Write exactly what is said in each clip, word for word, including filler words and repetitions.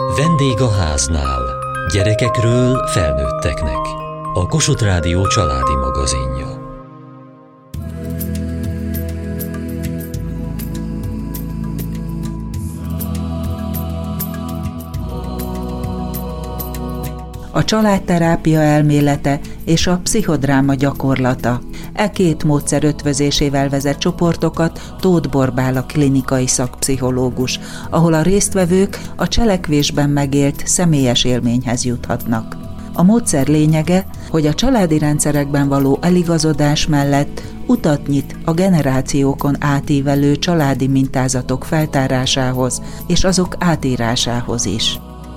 Vendég a háznál. Gyerekekről felnőtteknek. A Kossuth Rádió családi magazinja. A családterápia elmélete és a pszichodráma gyakorlata. E két módszer ötvözésével vezet csoportokat Tóth Borbála a klinikai szakpszichológus, ahol a résztvevők a cselekvésben megélt személyes élményhez juthatnak. A módszer lényege, hogy a családi rendszerekben való eligazodás mellett utat nyit a generációkon átívelő családi mintázatok feltárásához és azok átírásához is.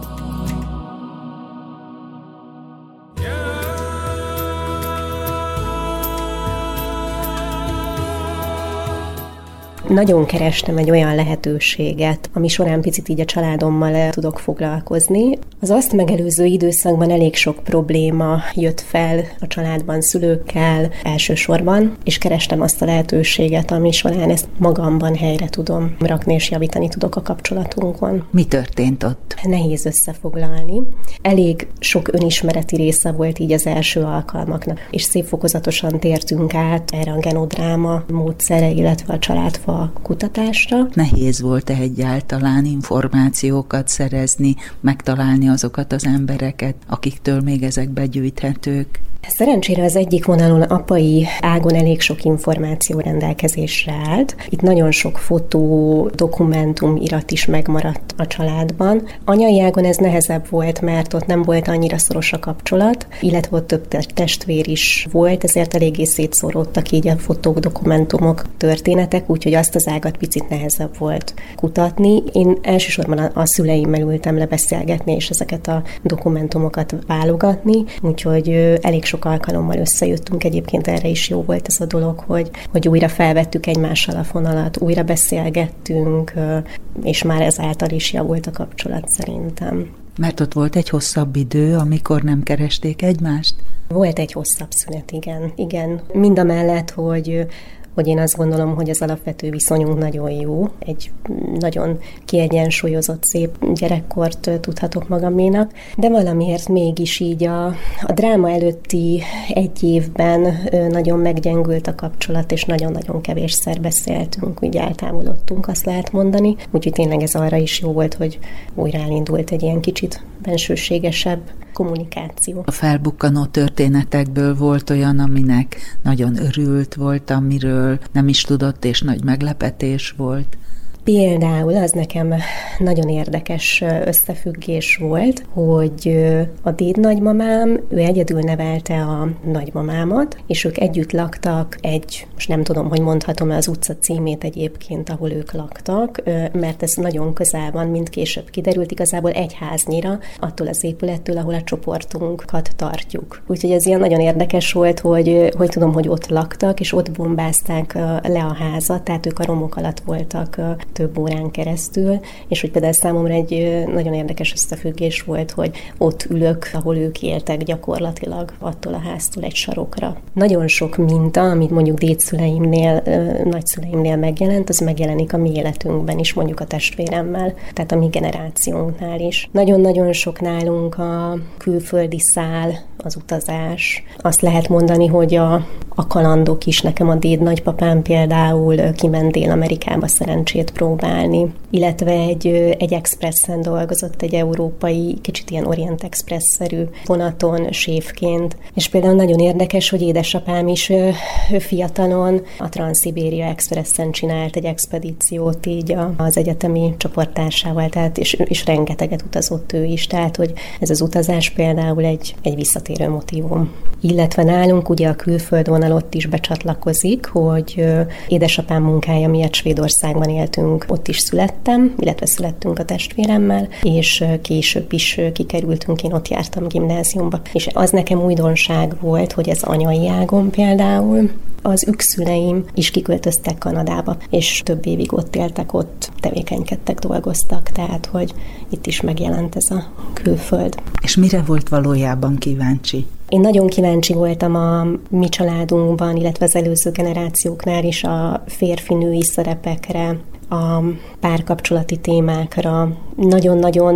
Nagyon kerestem egy olyan lehetőséget, ami során picit így a családommal tudok foglalkozni. Az azt megelőző időszakban elég sok probléma jött fel a családban szülőkkel elsősorban, és kerestem azt a lehetőséget, ami során ezt magamban helyre tudom rakni, és javítani tudok a kapcsolatunkon. Mi történt ott? Nehéz összefoglalni. Elég sok önismereti része volt így az első alkalmaknak, és szép fokozatosan tértünk át erre a genodráma módszere, illetve a családfa kutatásra. Nehéz volt-e egyáltalán információkat szerezni, megtalálni azokat az embereket, akiktől még ezek begyűjthetők? Szerencsére az egyik vonalon apai ágon elég sok információ rendelkezésre állt. Itt nagyon sok fotó, dokumentum, irat is megmaradt a családban. Anyai ágon ez nehezebb volt, mert ott nem volt annyira szoros a kapcsolat, illetve ott több testvér is volt, ezért eléggé szétszóródtak így a fotók, dokumentumok, történetek, úgyhogy azt az ágat picit nehezebb volt kutatni. Én elsősorban a, a szüleimmel ültem le beszélgetni, és ezeket a dokumentumokat válogatni, úgyhogy elég sok alkalommal összejöttünk, egyébként erre is jó volt ez a dolog, hogy, hogy újra felvettük egymással a fonalat, újra beszélgettünk, és már ezáltal is javult a kapcsolat szerintem. Mert ott volt egy hosszabb idő, amikor nem keresték egymást? Volt egy hosszabb szünet, igen. igen. Mindamellett, hogy hogy én azt gondolom, hogy az alapvető viszonyunk nagyon jó. Egy nagyon kiegyensúlyozott, szép gyerekkort tudhatok magaménak, de valamiért mégis így a, a dráma előtti egy évben nagyon meggyengült a kapcsolat, és nagyon-nagyon kevésszer beszéltünk, úgy eltávolodtunk, azt lehet mondani. Úgyhogy tényleg ez arra is jó volt, hogy újra elindult egy ilyen kicsit bensőségesebb kommunikáció. A felbukkanó történetekből volt olyan, aminek nagyon örült volt, amiről nem is tudott, és nagy meglepetés volt? Például az nekem nagyon érdekes összefüggés volt, hogy a dédnagymamám, ő egyedül nevelte a nagymamámat, és ők együtt laktak egy, most nem tudom, hogy mondhatom-e az utca címét egyébként, ahol ők laktak, mert ez nagyon közel van, mint később kiderült, igazából egy háznyira attól az épülettől, ahol a csoportunkat tartjuk. Úgyhogy ez ilyen nagyon érdekes volt, hogy, hogy tudom, hogy ott laktak, és ott bombázták le a házat, tehát ők a romok alatt voltak több órán keresztül, és hogy például számomra egy nagyon érdekes összefüggés volt, hogy ott ülök, ahol ők éltek gyakorlatilag attól a háztól egy sarokra. Nagyon sok minta, amit mondjuk dédszüleimnél, nagyszüleimnél megjelent, az megjelenik a mi életünkben is, mondjuk a testvéremmel, tehát a mi generációnknál is. Nagyon-nagyon sok nálunk a külföldi szál, az utazás. Azt lehet mondani, hogy a, a kalandok is, nekem a déd nagypapám például kiment Dél-Amerikába szerencsét próbálni, illetve egy, egy expressen dolgozott, egy európai, kicsit ilyen Orient Express-szerű vonaton séfként, és például nagyon érdekes, hogy édesapám is ő, ő fiatalon a Transzibéria Expressen csinált egy expedíciót így az egyetemi csoporttársával, tehát és, és rengeteget utazott ő is, tehát hogy ez az utazás például egy, egy visszatérő motívum. Illetve nálunk ugye a külföld vonal ott is becsatlakozik, hogy édesapám munkája miatt Svédországban éltünk, ott is születtem, illetve születtünk a testvéremmel, és később is kikerültünk, én ott jártam gimnáziumba. És az nekem újdonság volt, hogy ez anyai ágon például, az ükszüleim is kiköltöztek Kanadába, és több évig ott éltek, ott tevékenykedtek, dolgoztak, tehát hogy itt is megjelent ez a külföld. És mire volt valójában kíváncsi? Én nagyon kíváncsi voltam a mi családunkban, illetve az előző generációknál is a férfi-női szerepekre, a párkapcsolati témákra. Nagyon-nagyon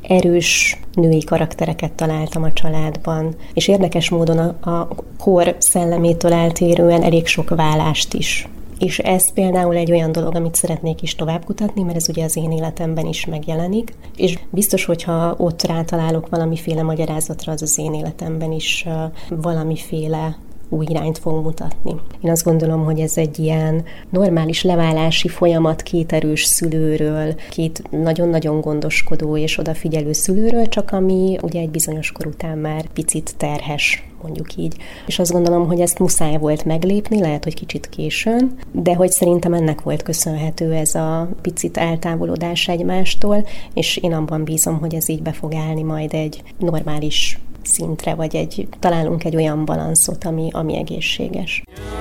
erős női karaktereket találtam a családban, és érdekes módon a, a kor szellemétől eltérően elég sok válást is. És ez például egy olyan dolog, amit szeretnék is tovább kutatni, mert ez ugye az én életemben is megjelenik, és biztos, hogyha ott rátalálok valamiféle magyarázatra, az az én életemben is uh, valamiféle új irányt fog mutatni. Én azt gondolom, hogy ez egy ilyen normális leválási folyamat két erős szülőről, két nagyon-nagyon gondoskodó és odafigyelő szülőről, csak ami ugye egy bizonyos kor után már picit terhes, mondjuk így. És azt gondolom, hogy ezt muszáj volt meglépni, lehet, hogy kicsit későn, de hogy szerintem ennek volt köszönhető ez a picit eltávolodás egymástól, és én abban bízom, hogy ez így be fog állni majd egy normális szintre, vagy egy, találunk egy olyan balanszot, ami, ami egészséges.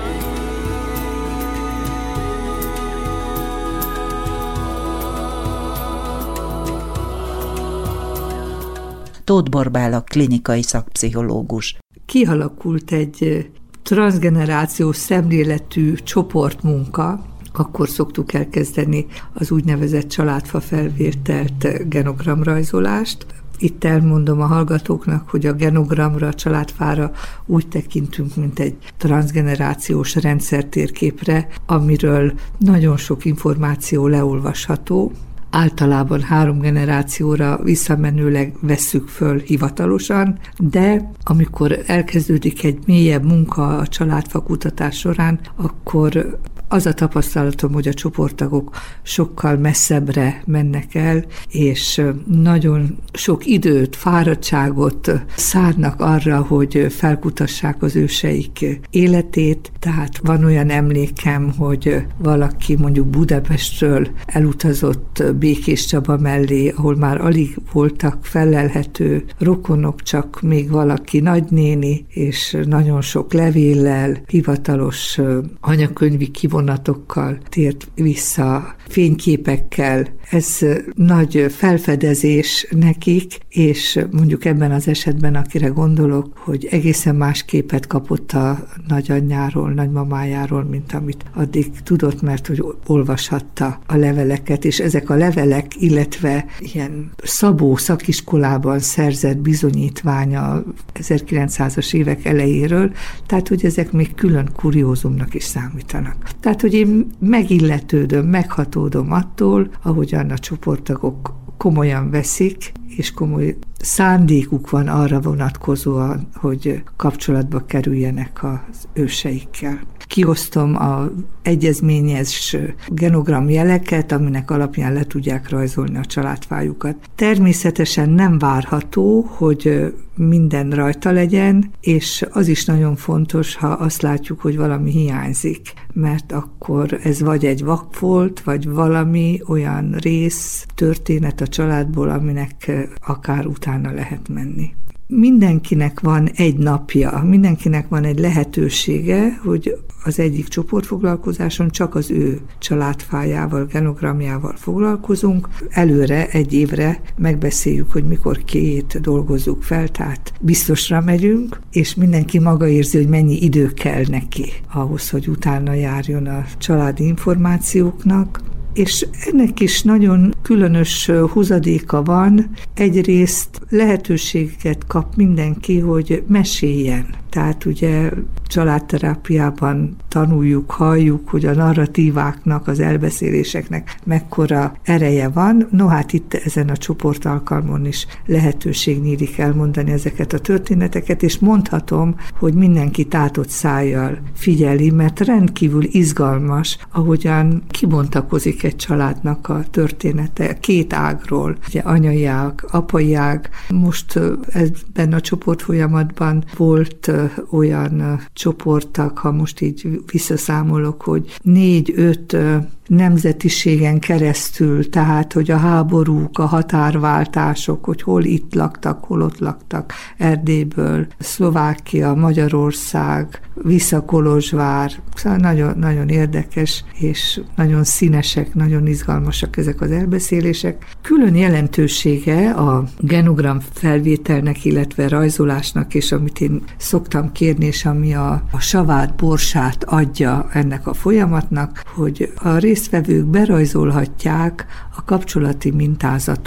Tóth Borbála klinikai szakpszichológus. Kialakult egy transzgenerációs szemléletű csoportmunka, akkor szoktuk elkezdeni az úgynevezett családfa felvételt genogramrajzolást. Itt elmondom a hallgatóknak, hogy a genogramra, a családfára úgy tekintünk, mint egy transzgenerációs rendszertérképre, amiről nagyon sok információ leolvasható. Általában három generációra visszamenőleg vesszük föl hivatalosan, de amikor elkezdődik egy mélyebb munka a családfa kutatás során, akkor az a tapasztalatom, hogy a csoporttagok sokkal messzebbre mennek el, és nagyon sok időt, fáradtságot szánnak arra, hogy felkutassák az őseik életét. Tehát van olyan emlékem, hogy valaki mondjuk Budapestről elutazott Békés Csaba mellé, ahol már alig voltak felelhető rokonok, csak még valaki nagynéni, és nagyon sok levéllel, hivatalos anyakönyvi kivonatokkal tért vissza, fényképekkel. Ez nagy felfedezés nekik, és mondjuk ebben az esetben, akire gondolok, hogy egészen más képet kapott a nagyanyjáról, nagymamájáról, mint amit addig tudott, mert hogy olvashatta a leveleket, és ezek a levelek, illetve ilyen Szabó szakiskolában szerzett bizonyítványa ezerkilencszázas évek elejéről, tehát hogy ezek még külön kuriózumnak is számítanak. Tehát, hogy én megilletődöm, meghatódom attól, ahogyan a csoporttagok komolyan veszik, és komoly szándékuk van arra vonatkozóan, hogy kapcsolatba kerüljenek az őseikkel. Kiosztom az egyezményes genogram jeleket, aminek alapján le tudják rajzolni a családfájukat. Természetesen nem várható, hogy minden rajta legyen, és az is nagyon fontos, ha azt látjuk, hogy valami hiányzik, mert akkor ez vagy egy vak volt, vagy valami olyan rész, történet a családból, aminek akár utána lehet menni. Mindenkinek van egy napja, mindenkinek van egy lehetősége, hogy az egyik csoportfoglalkozáson csak az ő családfájával, genogramjával foglalkozunk. Előre, egy évre megbeszéljük, hogy mikor két dolgozzuk fel, tehát biztosra megyünk, és mindenki maga érzi, hogy mennyi idő kell neki ahhoz, hogy utána járjon a családi információknak. És ennek is nagyon különös húzadéka van. Egyrészt lehetőséget kap mindenki, hogy meséljen. Tehát ugye családterápiában tanuljuk, halljuk, hogy a narratíváknak, az elbeszéléseknek mekkora ereje van. No hát itt ezen a csoportalkalmon is lehetőség nyílik elmondani ezeket a történeteket, és mondhatom, hogy mindenki tátott szájjal figyeli, mert rendkívül izgalmas, ahogyan kibontakozik egy családnak a története két ágról. Ugye anyai ág, apai ág. Most ebben a csoportfolyamatban volt olyan csoporttag, ha most így visszaszámolok, hogy négy-öt nemzetiségen keresztül, tehát, hogy a háborúk, a határváltások, hogy hol itt laktak, hol ott laktak, Erdélyből, Szlovákia, Magyarország, vissza Kolozsvár. Szóval nagyon, nagyon érdekes, és nagyon színesek, nagyon izgalmasak ezek az elbeszélések. Külön jelentősége a genogram felvételnek, illetve rajzolásnak, és amit én szoktam kérni, és ami a, a savát, borsát adja ennek a folyamatnak, hogy a résztvevők berajzolhatják a kapcsolati mintázatot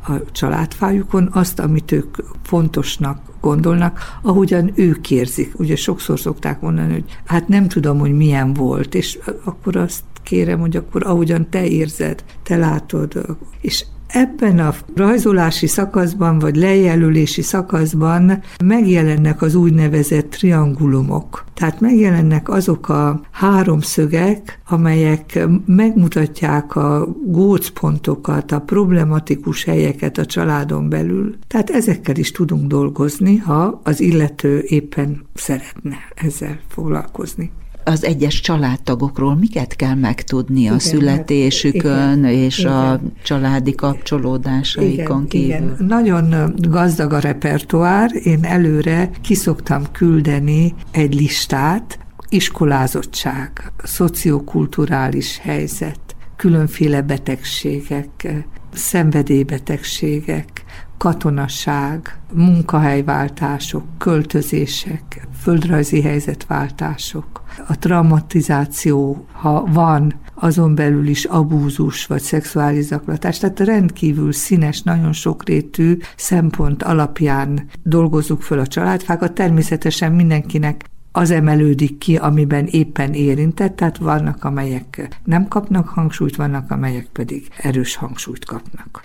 a családfájukon azt, amit ők fontosnak gondolnak, ahogyan ők érzik. Ugye sokszor szokták mondani, hogy hát nem tudom, hogy milyen volt, és akkor azt kérem, hogy akkor ahogyan te érzed, te látod. És ebben a rajzolási szakaszban, vagy lejelölési szakaszban megjelennek az úgynevezett triangulumok. Tehát megjelennek azok a háromszögek, amelyek megmutatják a gócpontokat, a problematikus helyeket a családon belül. Tehát ezekkel is tudunk dolgozni, ha az illető éppen szeretne ezzel foglalkozni. Az egyes családtagokról miket kell megtudni igen, a születésükön igen, és igen. a családi kapcsolódásaikon igen, kívül? Igen. Nagyon gazdag a repertoár, én előre kiszoktam küldeni egy listát, iskolázottság, szociokulturális helyzet, különféle betegségek, szenvedélybetegségek, katonaság, munkahelyváltások, költözések, földrajzi helyzetváltások, a traumatizáció, ha van, azon belül is abúzus vagy szexuális zaklatás. Tehát rendkívül színes, nagyon sokrétű szempont alapján dolgozzuk föl a családfákat. Természetesen mindenkinek az emelődik ki, amiben éppen érintett, tehát vannak, amelyek nem kapnak hangsúlyt, vannak, amelyek pedig erős hangsúlyt kapnak.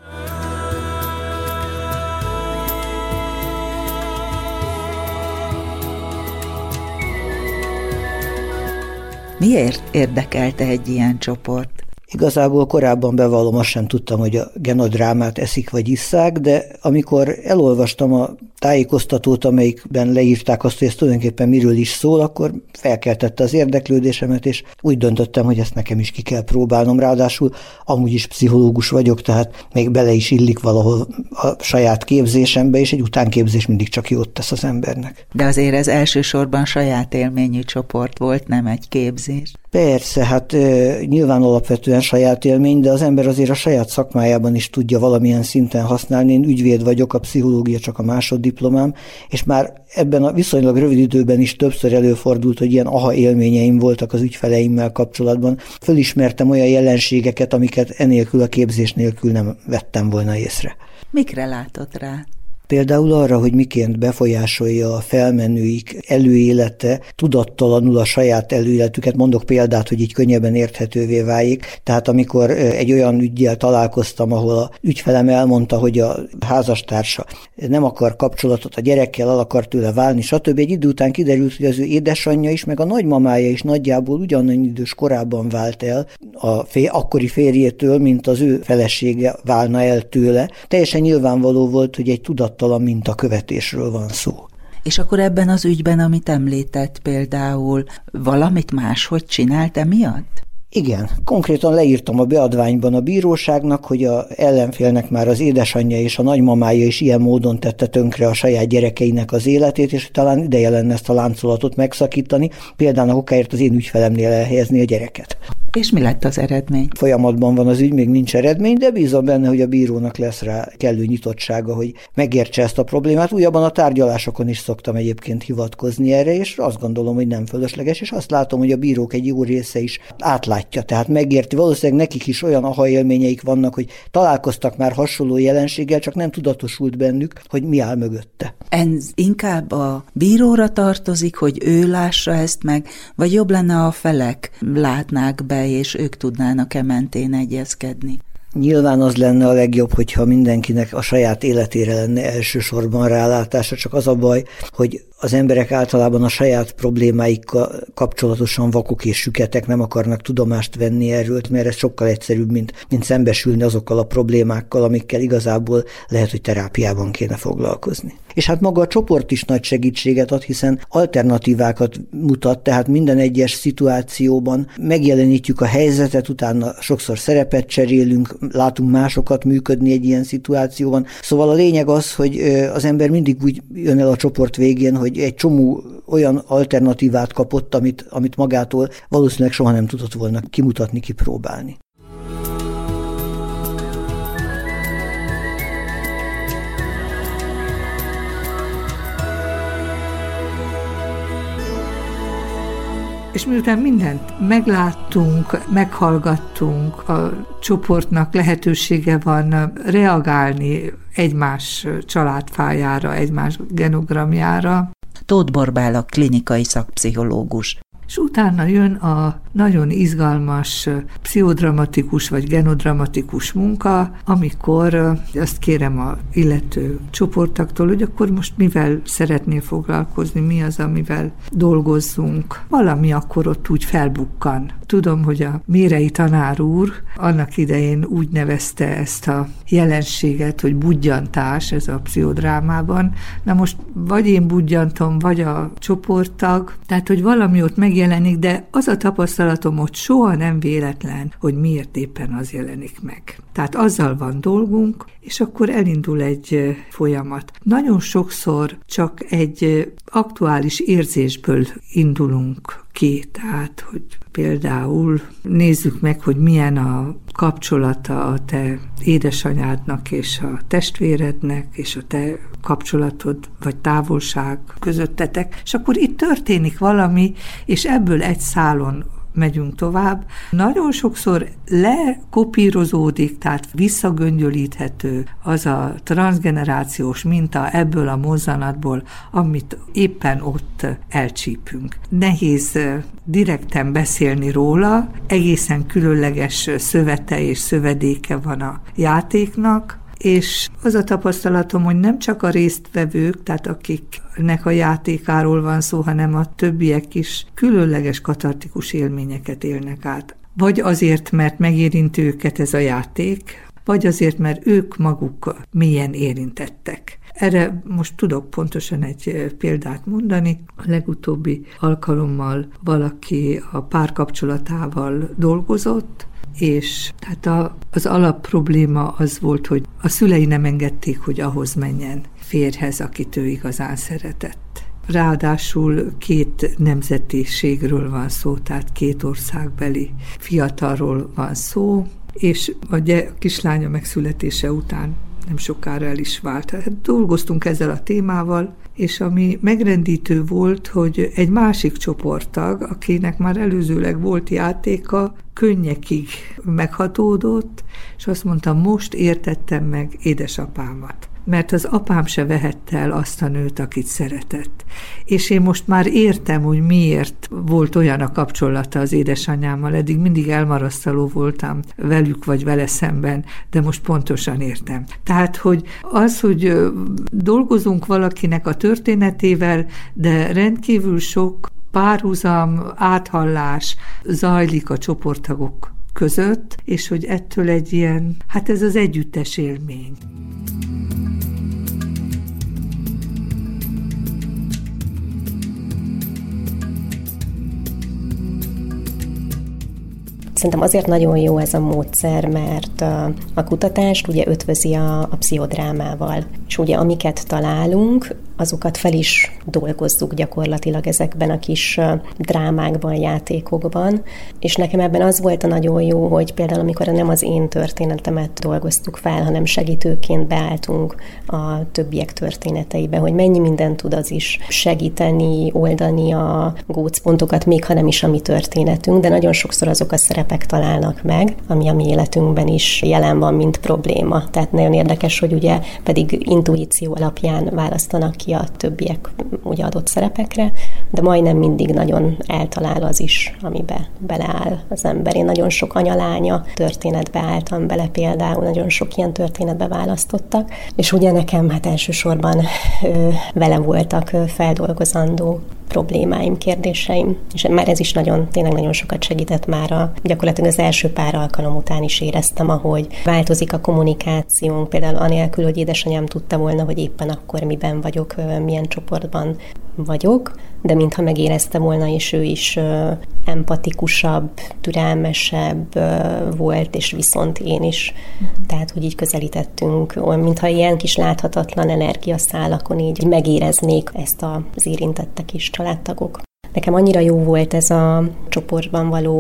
Miért érdekelte egy ilyen csoport? Igazából korábban bevallom, azt sem tudtam, hogy a genodrámát eszik vagy isszák, de amikor elolvastam a tájékoztatót, amelyikben leírták azt, hogy ez tulajdonképpen miről is szól, akkor felkeltette az érdeklődésemet, és úgy döntöttem, hogy ezt nekem is ki kell próbálnom. Ráadásul amúgy is pszichológus vagyok, tehát még bele is illik valahol a saját képzésembe, és egy utánképzés mindig csak jót tesz az embernek. De azért ez elsősorban saját élményű csoport volt, nem egy képzés. Persze, hát e, nyilván alapvetően saját élmény, de az ember azért a saját szakmájában is tudja valamilyen szinten használni. Én ügyvéd vagyok, a pszichológia csak a másoddiplomám, és már ebben a viszonylag rövid időben is többször előfordult, hogy ilyen aha élményeim voltak az ügyfeleimmel kapcsolatban. Fölismertem olyan jelenségeket, amiket enélkül a képzés nélkül nem vettem volna észre. Mikre látott rá? Például arra, hogy miként befolyásolja a felmenőik előélete tudattalanul a saját előéletüket. Mondok példát, hogy így könnyebben érthetővé váljék. Tehát amikor egy olyan üggyel találkoztam, ahol a ügyfelem elmondta, hogy a házastársa nem akar kapcsolatot a gyerekkel, el akar tőle válni, stb. Egy idő után kiderült, hogy az ő édesanyja is, meg a nagymamája is nagyjából ugyanannyi idős korában vált el a fél, akkori férjétől, mint az ő felesége válna el tőle. Teljesen nyilvánvaló volt, hogy egy tudat talan mintakövetésről van szó. És akkor ebben az ügyben, amit említett például, valamit máshogy csinált emiatt? Igen, konkrétan leírtam a beadványban a bíróságnak, hogy a ellenfélnek már az édesanyja és a nagymamája is ilyen módon tette tönkre a saját gyerekeinek az életét, és talán ideje lenne ezt a láncolatot megszakítani, például okáért az én ügyfelemnél elhelyezni a gyereket. És mi lett az eredmény? Folyamatban van az ügy, még nincs eredmény, de bízom benne, hogy a bírónak lesz rá kellő nyitottsága, hogy megértse ezt a problémát. Újabban a tárgyalásokon is szoktam egyébként hivatkozni erre, és azt gondolom, hogy nem fölösleges, és azt látom, hogy a bírók egy jó része is átlátja, tehát megérti. Valószínűleg nekik is olyan aha élményeik vannak, hogy találkoztak már hasonló jelenséggel, csak nem tudatosult bennük, hogy mi áll mögötte. Ez inkább a bíróra tartozik, hogy ő lássa ezt meg, vagy jobb lenne, a felek látnák be, és ők tudnának-e mentén egyezkedni? Nyilván az lenne a legjobb, hogyha mindenkinek a saját életére lenne elsősorban rálátása, csak az a baj, hogy az emberek általában a saját problémáikkal kapcsolatosan vakok és süketek, nem akarnak tudomást venni erről, mert ez sokkal egyszerűbb, mint, mint szembesülni azokkal a problémákkal, amikkel igazából lehet, hogy terápiában kéne foglalkozni. És hát maga a csoport is nagy segítséget ad, hiszen alternatívákat mutat, tehát minden egyes szituációban megjelenítjük a helyzetet, utána sokszor szerepet cserélünk, látunk másokat működni egy ilyen szituációban. Szóval a lényeg az, hogy az ember mindig úgy jön el a csoport végén, hogy egy csomó olyan alternatívát kapott, amit, amit magától valószínűleg soha nem tudott volna kimutatni, kipróbálni. És miután mindent megláttunk, meghallgattunk, a csoportnak lehetősége van reagálni egymás családfájára, egymás genogramjára. Tóth Borbála klinikai szakpszichológus. És utána jön a nagyon izgalmas pszichodramatikus vagy genodramatikus munka, amikor azt kérem a illető csoporttaktól, hogy akkor most mivel szeretnél foglalkozni, mi az, amivel dolgozzunk. Valami akkor ott úgy felbukkan. Tudom, hogy a Mérei tanár úr annak idején úgy nevezte ezt a jelenséget, hogy budjantás, ez a pszichodrámában. Na most vagy én budjantom, vagy a csoporttag, tehát hogy valami ott megjelenik, de az a tapasztalatom, hogy soha nem véletlen, hogy miért éppen az jelenik meg. Tehát azzal van dolgunk, és akkor elindul egy folyamat. Nagyon sokszor csak egy aktuális érzésből indulunk ki, tehát, hogy például nézzük meg, hogy milyen a kapcsolata a te édesanyádnak és a testvérednek, és a te kapcsolatod vagy távolság közöttetek, és akkor itt történik valami, és ebből egy szálon megyünk tovább. Nagyon sokszor lekopírozódik, tehát visszagöngyölíthető az a transzgenerációs minta ebből a mozzanatból, amit éppen ott elcsípünk. Nehéz direkten beszélni róla, egészen különleges szövete és szövedéke van a játéknak, és az a tapasztalatom, hogy nem csak a résztvevők, tehát akiknek a játékáról van szó, hanem a többiek is különleges katartikus élményeket élnek át. Vagy azért, mert megérinti őket ez a játék, vagy azért, mert ők maguk mélyen érintettek. Erre most tudok pontosan egy példát mondani. A legutóbbi alkalommal valaki a párkapcsolatával dolgozott, és tehát a, az alapprobléma az volt, hogy a szülei nem engedték, hogy ahhoz menjen férjhez, akit ő igazán szeretett. Ráadásul két nemzetiségről van szó, tehát két országbeli fiatalról van szó, és a kislánya megszületése után nem sokára el is vált. Hát dolgoztunk ezzel a témával, és ami megrendítő volt, hogy egy másik csoporttag, akinek már előzőleg volt játéka, könnyekig meghatódott, és azt mondta, most értettem meg édesapámat. Mert az apám se vehette el azt a nőt, akit szeretett. És én most már értem, hogy miért volt olyan a kapcsolata az édesanyámmal. Eddig mindig elmarasztaló voltam velük vagy vele szemben, de most pontosan értem. Tehát, hogy az, hogy dolgozunk valakinek a történetével, de rendkívül sok párhuzam, áthallás zajlik a csoporttagok között, és hogy ettől egy ilyen, hát ez az együttes élmény. Szerintem azért nagyon jó ez a módszer, mert a kutatást ugye ötvözi a, a pszichodrámával, és ugye amiket találunk, azokat fel is dolgozzuk gyakorlatilag ezekben a kis drámákban, játékokban, és nekem ebben az volt a nagyon jó, hogy például amikor nem az én történetemet dolgoztuk fel, hanem segítőként beálltunk a többiek történeteibe, hogy mennyi mindent tud az is segíteni, oldani a gócpontokat, még ha nem is a mi történetünk, de nagyon sokszor azok a szerepek találnak meg, ami a mi életünkben is jelen van, mint probléma. Tehát nagyon érdekes, hogy ugye pedig intuíció alapján választanak ki a többiek ugye adott szerepekre, de majdnem mindig nagyon eltalál az is, amibe beleáll az ember. Én nagyon sok anya-lánya történetbe álltam bele például, nagyon sok ilyen történetbe választottak, és ugye nekem hát elsősorban ö, vele voltak ö, feldolgozandó problémáim, kérdéseim, és már ez is nagyon, tényleg nagyon sokat segített már a, gyakorlatilag az első pár alkalom után is éreztem, ahogy változik a kommunikációnk, például anélkül, hogy édesanyám tudta volna, hogy éppen akkor miben vagyok, milyen csoportban vagyok, de mintha megérezte volna, és ő is empatikusabb, türelmesebb volt, és viszont én is. Tehát, hogy így közelítettünk, olyan, mintha ilyen kis láthatatlan energiaszálakon így megéreznék ezt az érintettek is, családtagok. Nekem annyira jó volt ez a csoportban való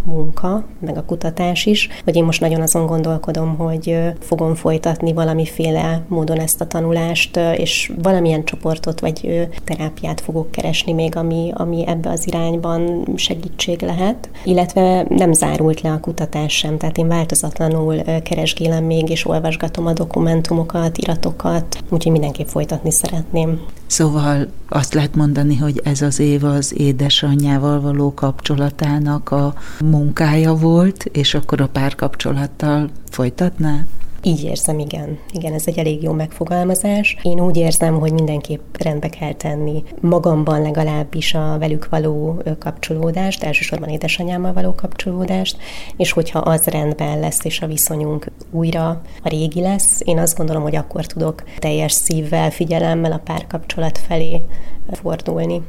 munka, meg a kutatás is, hogy én most nagyon azon gondolkodom, hogy fogom folytatni valamiféle módon ezt a tanulást, és valamilyen csoportot vagy terápiát fogok keresni még, ami, ami ebbe az irányban segítség lehet. Illetve nem zárult le a kutatás sem, tehát én változatlanul keresgélem még, és olvasgatom a dokumentumokat, iratokat, úgyhogy mindenképp folytatni szeretném. Szóval azt lehet mondani, hogy ez az év az édesanyjával való kapcsolatának a munkája volt, és akkor a párkapcsolattal folytatná? Így érzem, igen. Igen, ez egy elég jó megfogalmazás. Én úgy érzem, hogy mindenképp rendbe kell tenni magamban legalábbis a velük való kapcsolódást, elsősorban édesanyámmal való kapcsolódást, és hogyha az rendben lesz, és a viszonyunk újra a régi lesz, én azt gondolom, hogy akkor tudok teljes szívvel, figyelemmel a párkapcsolat felé fordulni.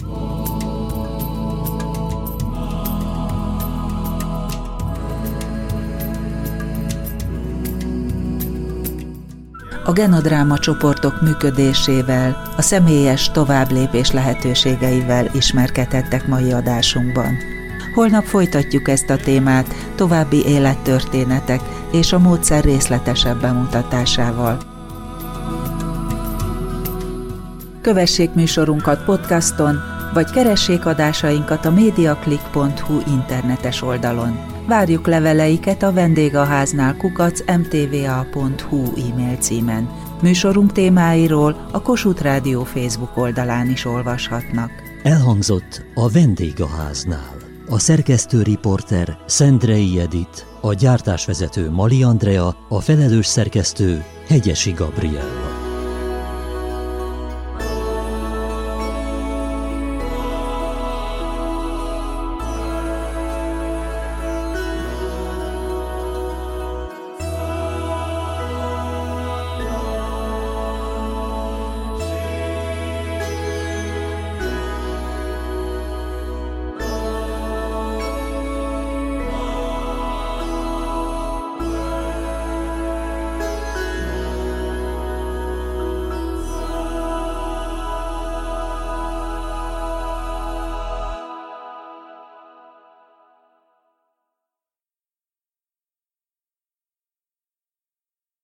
A Genodráma csoportok működésével, a személyes továbblépés lehetőségeivel ismerkedhettek mai adásunkban. Holnap folytatjuk ezt a témát további élettörténetek és a módszer részletesebb bemutatásával. Kövessék műsorunkat podcaston, vagy keressék adásainkat a mediaclick pont hu internetes oldalon. Várjuk leveleiket a vendégháznál kukac em té vé á pont hu e-mail címen. Műsorunk témáiról a Kossuth Rádió Facebook oldalán is olvashatnak. Elhangzott a vendégháznál. A szerkesztő riporter Szendrei Edit, a gyártásvezető Mali Andrea, a felelős szerkesztő Hegyesi Gabriel.